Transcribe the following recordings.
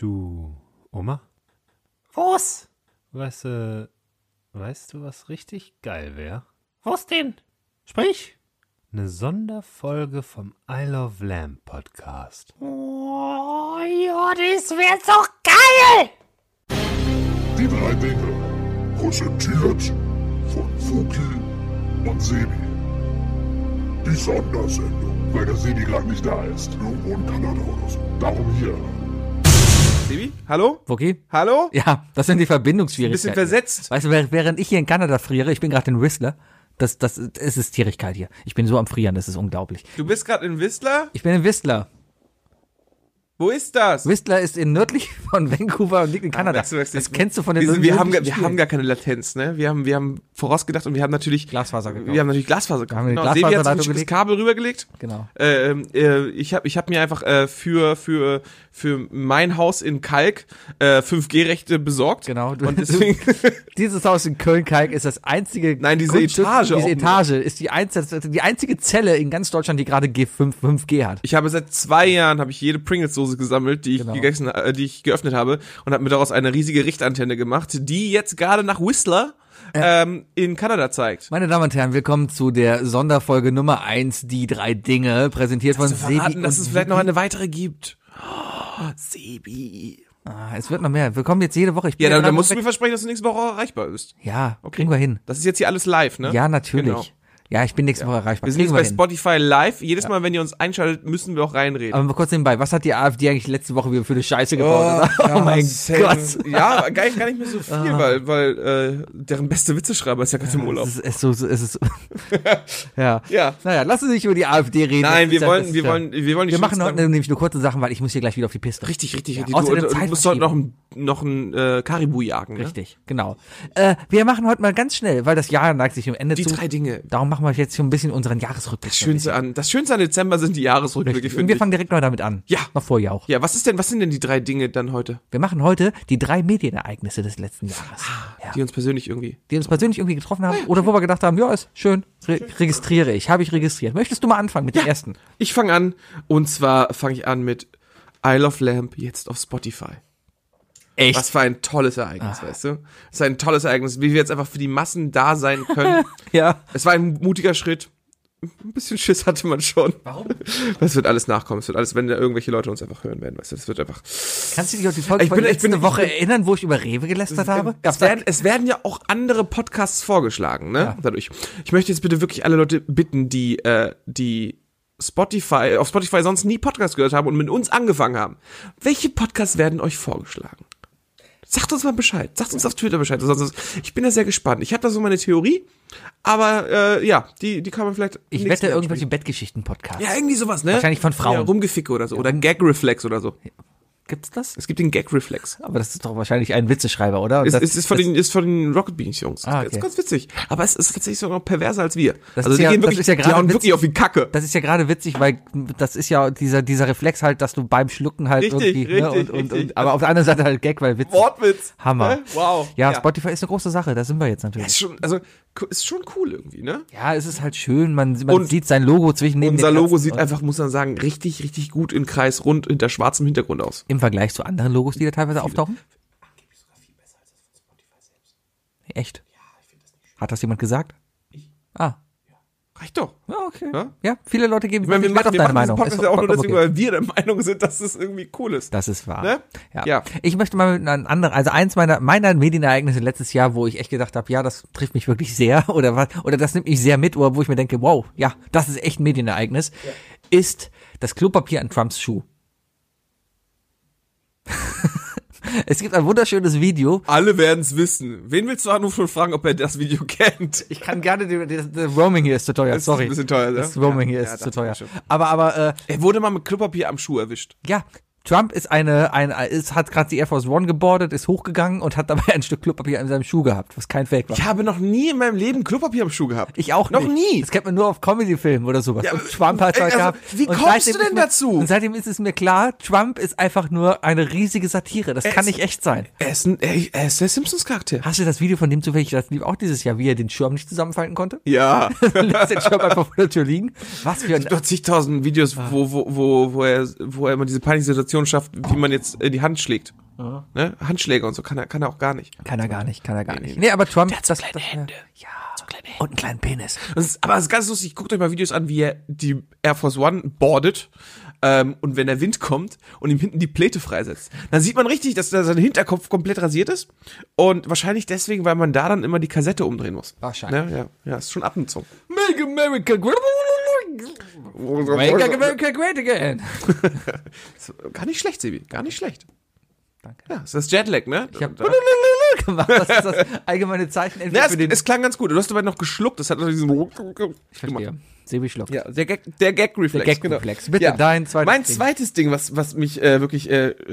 Du, Oma? Was? Weißt du, was richtig geil wäre? Was denn? Sprich. Eine Sonderfolge vom I Love Lamb Podcast. Oh, ja, das wär doch geil! Die drei Dinge. Präsentiert von Fuki und Sebi. Die Sondersendung, weil der Sebi gerade nicht da ist. Irgendwo in Kanada oder so. Darum hier. Sebi, hallo? Woki? Hallo? Ja, das sind die Verbindungsschwierigkeiten. Bisschen versetzt. Weißt du, während ich hier in Kanada friere, ich bin gerade in Whistler, es ist Schwierigkeit hier. Ich bin so am Frieren, das ist unglaublich. Du bist gerade in Whistler? Ich bin in Whistler. Wo ist das? Whistler ist nördlich von Vancouver und liegt in Kanada. Das kennst du von den wir haben gar keine Latenz, ne? Wir haben vorausgedacht und wir haben natürlich Glasfaser gekauft. Wir haben natürlich Glasfaser gekauft. Genau, Sebi hat Glasfaserleitung sich das Kabel rübergelegt. Genau. Ich hab mir einfach für mein Haus in Kalk 5G-Rechte besorgt. Genau. Und deswegen Dieses Haus in Köln-Kalk ist das einzige. Nein, diese Grundstück, Etage Diese auch Etage ist die einzige Zelle in ganz Deutschland, die gerade 5G hat. Ich habe seit 2 Jahren jede Pringles-Dose gesammelt, die ich die ich geöffnet habe und habe mir daraus eine riesige Richtantenne gemacht, die jetzt gerade nach Whistler in Kanada zeigt. Meine Damen und Herren, willkommen zu der Sonderfolge Nummer 1, die 3 Dinge, präsentiert von Sebi. Dass es vielleicht noch eine weitere gibt. Oh, Sebi. Es wird noch mehr. Wir kommen jetzt jede Woche. Ja, dann musst du mir versprechen, dass du nächste Woche erreichbar bist. Ja, okay. Kriegen wir hin. Das ist jetzt hier alles live, ne? Ja, natürlich. Genau. Ja, ich bin nächste Woche erreichbar. Wir sind jetzt bei Spotify live. Jedes Mal, wenn ihr uns einschaltet, müssen wir auch reinreden. Aber mal kurz nebenbei, was hat die AfD eigentlich letzte Woche wieder für eine Scheiße gebaut? Oh mein Gott. Ja, gar nicht mehr so viel, weil deren beste Witzeschreiber ist ja gerade im Urlaub. Es ist ja. Ja. Naja, lassen Sie nicht über die AfD reden. Nein, wir wollen nicht. Wir machen heute nämlich nur kurze Sachen, weil ich muss hier gleich wieder auf die Piste. Richtig. Außerdem Du musst heute noch ein Karibu jagen, ne? Richtig, genau. Wir machen heute mal ganz schnell, weil das Jahr neigt sich am Ende zu. Die 3 Dinge. Darum machen wir jetzt schon ein bisschen unseren Jahresrückblick. Das Schönste an Dezember sind die Jahresrückblicke, finde ich. Und wir fangen direkt mal damit an. Ja. Noch vorher auch. Ja, was sind denn die 3 Dinge dann heute? Wir machen heute die 3 Medienereignisse des letzten Jahres. Die uns persönlich irgendwie getroffen haben oder wo wir gedacht haben, ja, ist schön, habe ich registriert. Möchtest du mal anfangen mit dem ersten? Ich fange an, und zwar fange ich an mit I Love Lamb jetzt auf Spotify. Echt? Was für ein tolles Ereignis, weißt du? Das ist ein tolles Ereignis, wie wir jetzt einfach für die Massen da sein können. Ja. Es war ein mutiger Schritt. Ein bisschen Schiss hatte man schon. Warum? Es wird alles nachkommen. Es wird alles, wenn da irgendwelche Leute uns einfach hören werden, weißt du, es wird einfach. Kannst du dich auf die Folge von letzte Woche erinnern, wo ich über Rewe gelästert habe? Es werden ja auch andere Podcasts vorgeschlagen, ne? Ja. Dadurch. Ich möchte jetzt bitte wirklich alle Leute bitten, die auf Spotify sonst nie Podcast gehört haben und mit uns angefangen haben. Welche Podcasts werden euch vorgeschlagen? Sagt uns mal Bescheid. Sagt uns auf Twitter Bescheid. Ich bin da sehr gespannt. Ich habe da so meine Theorie, aber die kann man vielleicht. Ich wette irgendwelche Bettgeschichten-Podcasts. Ja, irgendwie sowas, ne? Wahrscheinlich von Frauen. Ja, Rumgeficke oder so. Oder Gag-Reflex oder so. Gibt's das? Es gibt den Gag-Reflex. Aber das ist doch wahrscheinlich ein Witzeschreiber, oder? Es ist von den Rocket Beans Jungs. Okay. Das ist ganz witzig. Aber es ist tatsächlich sogar noch perverser als wir. Die gehen wirklich, die hauen wirklich auf die Kacke. Das ist ja gerade witzig, weil das ist ja dieser Reflex halt, dass du beim Schlucken halt richtig, und aber auf der anderen Seite halt Gag, weil witzig. Wortwitz. Hammer. Wow. Ja, Spotify ist eine große Sache, da sind wir jetzt natürlich. Ja, ist schon cool irgendwie, ne? Ja, es ist halt schön, man sieht sein Logo zwischen neben Unser Logo sieht einfach, muss man sagen, richtig, richtig gut in Kreis rund hinter schwarzem Hintergrund aus. Im Vergleich zu anderen Logos, die da teilweise auftauchen? Angeblich sogar viel besser als das von Spotify selbst. Echt? Ja, ich finde das nicht schön. Hat das jemand gesagt? Ich. Ah. Reicht doch. Ja, okay. Ja? Ja, viele Leute geben wir Wert auf deine Meinung. Das ist ja auch nur deswegen, weil wir der Meinung sind, dass es irgendwie cool ist. Das ist wahr. Ne? Ja. Ich möchte mal mit einem anderen, also eins meiner Medienereignisse letztes Jahr, wo ich echt gedacht habe, ja, das trifft mich wirklich sehr oder das nimmt mich sehr mit, oder wo ich mir denke, wow, ja, das ist echt ein Medienereignis, ist das Klopapier an Trumps Schuh. Es gibt ein wunderschönes Video. Alle werden es wissen. Wen willst du anrufen und fragen, ob er das Video kennt? Ich kann gerne, das Roaming hier ist zu teuer, sorry. Das ist ein bisschen teuer, ne? Das Roaming hier ist zu teuer. Aber er wurde mal mit Klopapier am Schuh erwischt. Ja, Trump ist hat gerade die Air Force One geboardet, ist hochgegangen und hat dabei ein Stück Klopapier in seinem Schuh gehabt, was kein Fake war. Ich habe noch nie in meinem Leben Klopapier am Schuh gehabt. Ich auch nicht. Noch nie. Das kennt man nur auf Comedy-Filmen oder sowas. Ja, und Trump hat halt gehabt. Wie kommst du denn dazu? Und seitdem ist es mir klar, Trump ist einfach nur eine riesige Satire. Das kann nicht echt sein. Er ist der Simpsons-Charakter. Hast du das Video von dem zufällig, das lief auch dieses Jahr, wie er den Schirm nicht zusammenfalten konnte? Ja. Lässt den Schirm einfach vor der Tür liegen. Was für ein... Es gibt doch zigtausend Videos, wo er immer diese peinliche Situation Koordination schafft, wie man jetzt die Hand schlägt. Ne? Handschläge und so kann er auch gar nicht. Kann er gar nicht. Nee, aber Trump, Der hat so kleine Hände. Ja. So kleine Hände. Und einen kleinen Penis. Aber es ist ganz lustig, guckt euch mal Videos an, wie er die Air Force One boardet und wenn der Wind kommt und ihm hinten die Pläte freisetzt. Dann sieht man richtig, dass da sein Hinterkopf komplett rasiert ist und wahrscheinlich deswegen, weil man da dann immer die Kassette umdrehen muss. Wahrscheinlich. Ne? Ja, ist schon abgezogen. Make America great. Make America great again. Gar nicht schlecht, Sebi, gar nicht schlecht. Danke. Ja, das ist Jetlag, ne? Ich habe gemacht. Was ist das allgemeine Zeichen? Ja, es klang ganz gut. Du hast dabei noch geschluckt. Das hat also diesen Ich verstehe. Sebi schluckt. Ja, der Gag-Reflex. Der Gag-Reflex. Bitte, Ja. dein zweites Mein Ding. zweites Ding, was mich wirklich,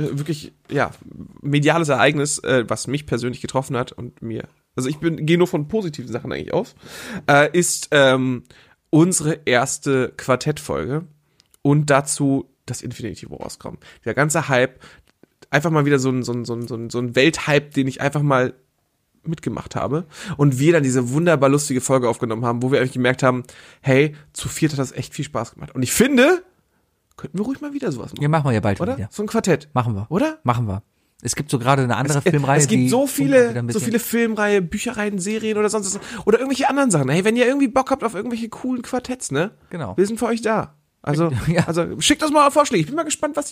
ja, mediales Ereignis, was mich persönlich getroffen hat und mir, also ich gehe nur von positiven Sachen eigentlich aus, ist unsere erste Quartettfolge und dazu das Infinity War rauskommen. Der ganze Hype, einfach mal wieder so ein Welthype, den ich einfach mal mitgemacht habe und wir dann diese wunderbar lustige Folge aufgenommen haben, wo wir eigentlich gemerkt haben, hey, zu viert hat das echt viel Spaß gemacht. Und ich finde, könnten wir ruhig mal wieder sowas machen. Ja, machen wir ja bald Oder? wieder. So ein Quartett. Machen wir. Oder? Machen wir. Es gibt so gerade eine andere Filmreihe, Es gibt die so wieder ein bisschen- viele Filmreihe, Bücherreihen, Serien oder sonst was. Oder irgendwelche anderen Sachen. Hey, wenn ihr irgendwie Bock habt auf irgendwelche coolen Quartetts, ne? Genau. Wir sind für euch da. Also, Ja. also schickt uns mal Vorschläge. Ich bin mal gespannt, was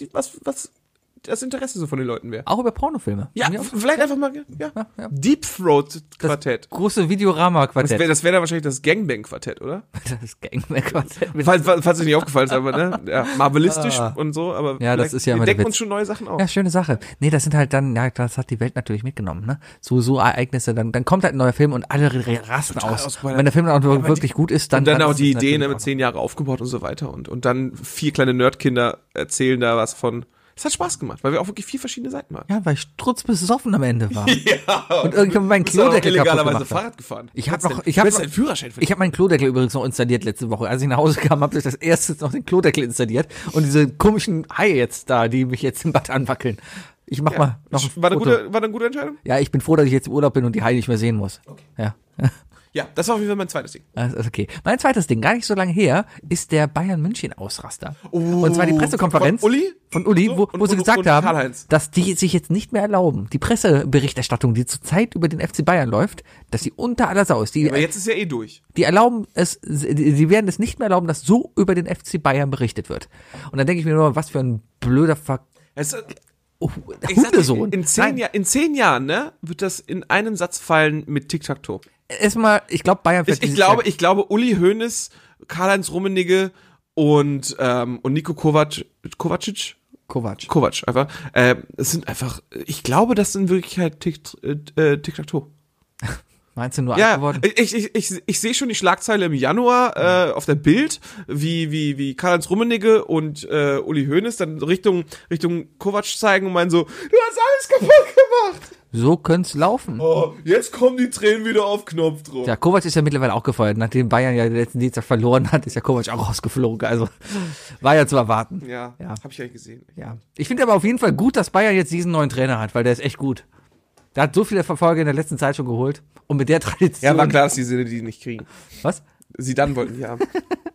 das Interesse so von den Leuten wäre. Auch über Pornofilme. Ja, Ja. vielleicht einfach mal, ja. Ja. Deep Throat Quartett. Große Videorama-Quartett. Das wäre dann wahrscheinlich das Gangbang-Quartett, oder? Das Gangbang-Quartett. Falls euch nicht aufgefallen ist, aber ne? Ja, marvelistisch und so, aber Ja, das vielleicht- ist ja wir immer der denken Witz. uns schon neue Sachen auf. Ja, schöne Sache. Nee, das sind halt dann, ja, das hat die Welt natürlich mitgenommen, ne? So Ereignisse, dann kommt halt ein neuer Film und alle rasten aus. ausgebeutet. Wenn der Film dann auch wirklich gut ist, dann Und dann auch ist die es Ideen natürlich mit 10 Jahre aufgebaut und so weiter. Und dann 4 kleine Nerdkinder erzählen da was von. Es hat Spaß gemacht, weil wir auch wirklich 4 verschiedene Seiten hatten. Ja, weil ich strutzbesoffen am Ende war. Und irgendwann meinen Bist du auch Klodeckel kaputt illegalerweise gemacht habe. Fahrrad gefahren. Ich hab Du noch, hättest deinen Führerschein ich habe meinen Klodeckel übrigens noch installiert letzte Woche. Als ich nach Hause kam, habe ich das erste noch den Klodeckel installiert und diese komischen Haie jetzt da, die mich jetzt im Bad anwackeln. Ich mach mal noch ein war Foto. eine gute Entscheidung? Ja, ich bin froh, dass ich jetzt im Urlaub bin und die Haie nicht mehr sehen muss. Okay. Ja. Ja, das war auf jeden Fall mein zweites Ding. Das ist okay. Mein zweites Ding, gar nicht so lange her, ist der Bayern-München-Ausraster. Und zwar die Pressekonferenz Von Uli? wo sie und gesagt haben, Karl-Heinz. dass die sich jetzt nicht mehr erlauben, die Presseberichterstattung, die zurzeit über den FC Bayern läuft, dass sie unter aller Sau ist. Aber jetzt ist ja eh durch. Die erlauben es, sie werden es nicht mehr erlauben, dass so über den FC Bayern berichtet wird. Und dann denke ich mir nur, was für ein blöder Ich sag Hundesohn. dir, in 10 Jahren, ne, wird das in einem Satz fallen mit Tic-Tac-Toe. Erstmal, ich glaube, Bayern Ich glaube, Uli Hoeneß, Karl-Heinz Rummenigge und Nico Kovacic einfach. Es sind einfach, ich glaube, das sind wirklich halt Tic-Tac-Toe. Meinst du nur Ja, geworden? ich sehe schon die Schlagzeile im Januar auf der Bild, wie Karl-Heinz Rummenigge und Uli Hoeneß dann Richtung Kovac zeigen und meinen so, du hast alles kaputt gemacht. So könnte es laufen. Oh, jetzt kommen die Tränen wieder auf Knopfdruck. Ja, Kovac ist ja mittlerweile auch gefeuert. Nachdem Bayern ja den letzten Dienstag verloren hat, ist ja Kovac auch rausgeflogen. Also war ja zu erwarten. Ja, Ja. habe ich ja gesehen. Ja. Ich finde aber auf jeden Fall gut, dass Bayern jetzt diesen neuen Trainer hat, weil der ist echt gut. Der hat so viele Verfolger in der letzten Zeit schon geholt. Und mit der Tradition. Ja, war klar, dass die nicht kriegen. Was? Sie dann wollten die haben.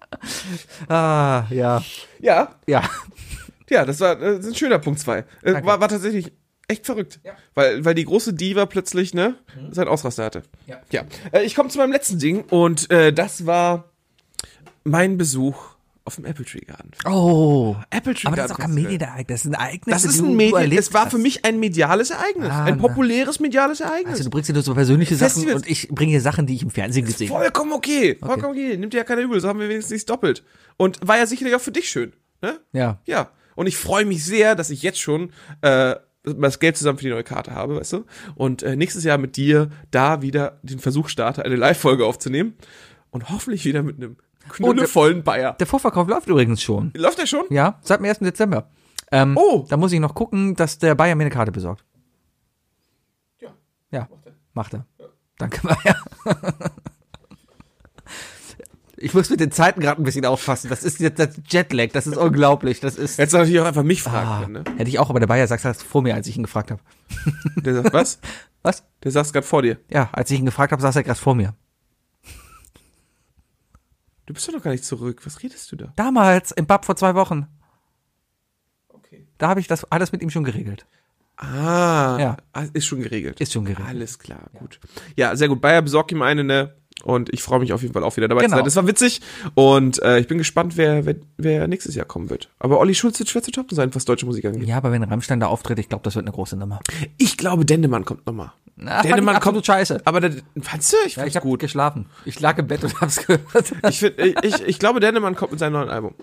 Ah, ja. Ja, Ja. das war das ist ein schöner Punkt 2. War tatsächlich echt verrückt. Ja. Weil die große Diva plötzlich, ne, seinen Ausraster hatte. Ja. Ich komme zu meinem letzten Ding und das war mein Besuch auf dem Apple Tree Garden. Oh. Apple Tree Aber das ist Garden auch kein Festival. Medienereignis. Das ist ein Ereignis. Das ist ein Medien. Es war für mich ein mediales Ereignis. Ah, ein na. populäres mediales Ereignis. Also du bringst dir nur so persönliche Sachen Festivals. und ich bringe dir Sachen, die ich im Fernsehen gesehen habe. Vollkommen okay. Nimmt dir ja keiner übel. So haben wir wenigstens nichts doppelt. Und war ja sicherlich auch für dich schön. Ne? Ja. Ja. Und ich freue mich sehr, dass ich jetzt schon das Geld zusammen für die neue Karte habe, weißt du? Und nächstes Jahr mit dir da wieder den Versuch starte, eine Live-Folge aufzunehmen. Und hoffentlich wieder mit einem knüllevollen Bayer. Der Vorverkauf läuft übrigens schon. Läuft der schon? Ja, seit dem 1. Dezember. Da muss ich noch gucken, dass der Bayer mir eine Karte besorgt. Ja, macht er. Danke, Bayer. Ich muss mit den Zeiten gerade ein bisschen aufpassen. Das ist jetzt das Jetlag, das ist unglaublich. Das ist. Hättest du natürlich auch einfach mich fragen können, ne? Hätte ich auch, aber der Bayer sagt das vor mir, als ich ihn gefragt habe. Der sagt, was? Was? Der saß gerade vor dir. Ja, als ich ihn gefragt habe, saß er gerade vor mir. Du bist doch noch gar nicht zurück. Was redest du da? Damals, im Pub vor 2 Wochen. Okay. Da habe ich das alles mit ihm schon geregelt. Ah, Ja. Ist schon geregelt. Ist schon geregelt. Alles klar, gut. Ja, sehr gut. Bayer besorgt ihm eine, ne? Und ich freue mich auf jeden Fall auch wieder dabei zu sein. Das war witzig und ich bin gespannt, wer nächstes Jahr kommen wird. Aber Olli Schulz wird schwer zu toppen sein, was deutsche Musik angeht. Ja, aber wenn Rammstein da auftritt, ich glaube, das wird eine große Nummer. Ich glaube, Dendemann kommt nochmal. Dendemann kommt scheiße. Aber fandst du? Ich Ja, fand's ich habe gut. geschlafen. Ich lag im Bett und hab's gehört. Ich glaube, Dendemann kommt mit seinem neuen Album.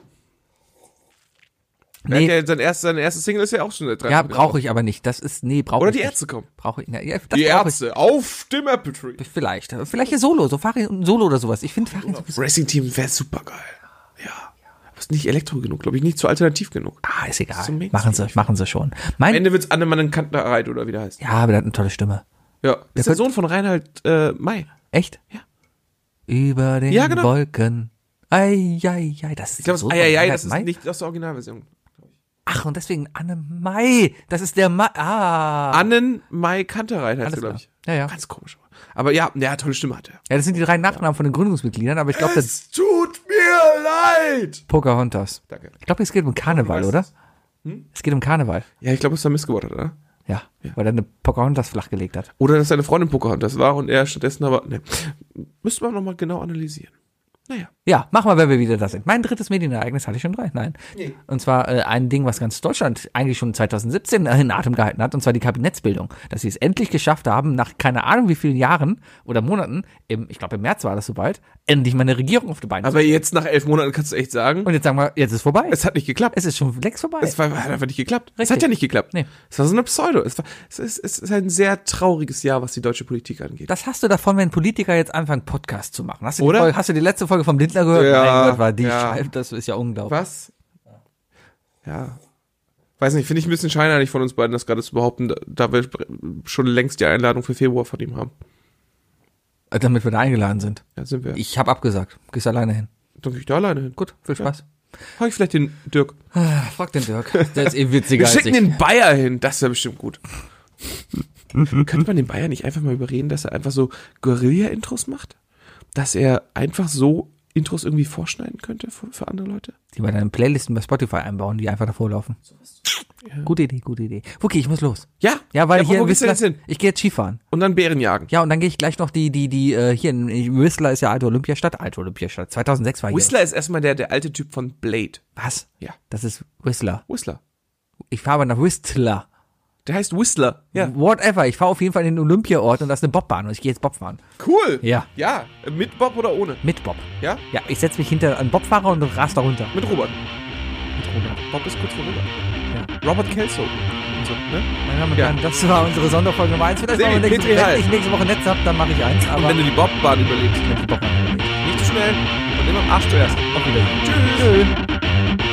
Nee. Ja, sein erstes Single ist ja auch schon seit 3 Ja, brauche ich aber nicht. Das ist, brauche Oder ich die nicht. Ärzte kommen. Brauche ich, ja, das Die brauch Ärzte auf dem Apple Tree. ich. Vielleicht ja Solo, so Farin Solo oder sowas. Ich finde Farin sowieso. Racing Team wäre super geil. Ja. Aber ist nicht Elektro genug, glaube ich, nicht zu alternativ genug. Ist egal. So Mainstream. Machen sie schon. Am Ende wird's Annemann Kantereit oder wie der heißt. Ja, aber der hat eine tolle Stimme. Ja. Ist der Sohn von Reinhard May. Echt? Ja. Über den Ja, genau. Wolken. Ei, das ist Ich glaube, so das ist Mai. nicht aus der Originalversion. Ach, und deswegen Anne Mai. Das ist der Mai. Annen May Kantereit heißt Alles er, glaube ich. klar. Ja. Ganz komisch. Aber ja, tolle Stimme hat er. Ja, das sind die 3 Nachnamen von den Gründungsmitgliedern, aber ich glaube, das Es tut mir leid. Pocahontas. Danke. Ich glaube, es geht um Karneval, weißt oder? es. Es geht um Karneval. Ja, ich glaube, es ist da missgebaut, oder? Ja, weil er eine Pocahontas flachgelegt hat. Oder dass seine Freundin Pocahontas war und er stattdessen aber, ne. Müsste man nochmal genau analysieren. Naja. Ja, mach mal, wenn wir wieder da sind. Mein drittes Medienereignis hatte ich schon 3. Nein. Nee. Und zwar ein Ding, was ganz Deutschland eigentlich schon 2017 in Atem gehalten hat, und zwar die Kabinettsbildung. Dass sie es endlich geschafft haben, nach keine Ahnung wie vielen Jahren oder Monaten, ich glaube im März war das soweit, endlich mal eine Regierung auf die Beine Aber jetzt nach 11 Monaten kannst du echt sagen, Und jetzt sagen wir, jetzt ist vorbei. es hat nicht geklappt. Es ist schon längst vorbei. Es hat einfach nicht geklappt. Es Richtig. hat ja nicht geklappt. Nee. Es war so eine Pseudo. Es ist ein sehr trauriges Jahr, was die deutsche Politik angeht. Das hast du davon, wenn Politiker jetzt anfangen, Podcast zu machen. Hast du, Oder? hast du die letzte Folge vom Lindner gehört? Ja, Mein Gott, war die ja. Scheiße, das ist ja unglaublich. Was? Ja. Weiß nicht, finde ich ein bisschen scheinheilig von uns beiden, das gerade zu behaupten, da wir schon längst die Einladung für Februar von ihm haben. Damit wir da eingeladen sind. Ja, sind wir. Ich habe abgesagt. Gehst alleine hin. Dann gehe ich da alleine hin. Gut, viel Spaß. Frag ich vielleicht den Dirk. Frag den Dirk. Der ist witziger Wir als schicken ich. den Bayer hin, das wäre bestimmt gut. Könnte man den Bayer nicht einfach mal überreden, dass er einfach so Guerilla-Intros macht? Dass er einfach so Intros irgendwie vorschneiden könnte für andere Leute? Die bei deinen Playlisten bei Spotify einbauen, die einfach davor laufen. Ja. Gute Idee. Okay, ich muss los. Ja? Ja, weil hier wo in gehst du Whistler, jetzt hin? ich gehe jetzt Skifahren. Und dann Bären jagen. Ja, und dann gehe ich gleich noch hier in Whistler ist ja alte Olympiastadt. 2006 war hier. Whistler ist erstmal der alte Typ von Blade. Was? Ja. Das ist Whistler. Whistler. Ich fahre aber nach Whistler. Der heißt Whistler. Ja. Whatever. Ich fahre auf jeden Fall in den Olympiaort und da ist eine Bobbahn und ich gehe jetzt Bob fahren. Cool. Ja. Ja. Mit Bob oder ohne? Mit Bob. Ja? Ja, ich setze mich hinter einen Bobfahrer und ras da runter. Mit Robert. Mit Robert. Bob ist kurz vor Robert. Ja. Robert Kelso. Und so, ne? Meine Damen und Ja. Herren, das war unsere Sonderfolge Nummer 1. Vielleicht Sebi, machen wir Petri Heil. wenn ich nächste Woche Netz habe, dann mache ich eins. Aber Und wenn du die Bobbahn überlebst, die Bobbahn überlegt. nicht zu schnell und immer am Arsch zuerst. Auf Wiedersehen. Tschüss. Tschüss.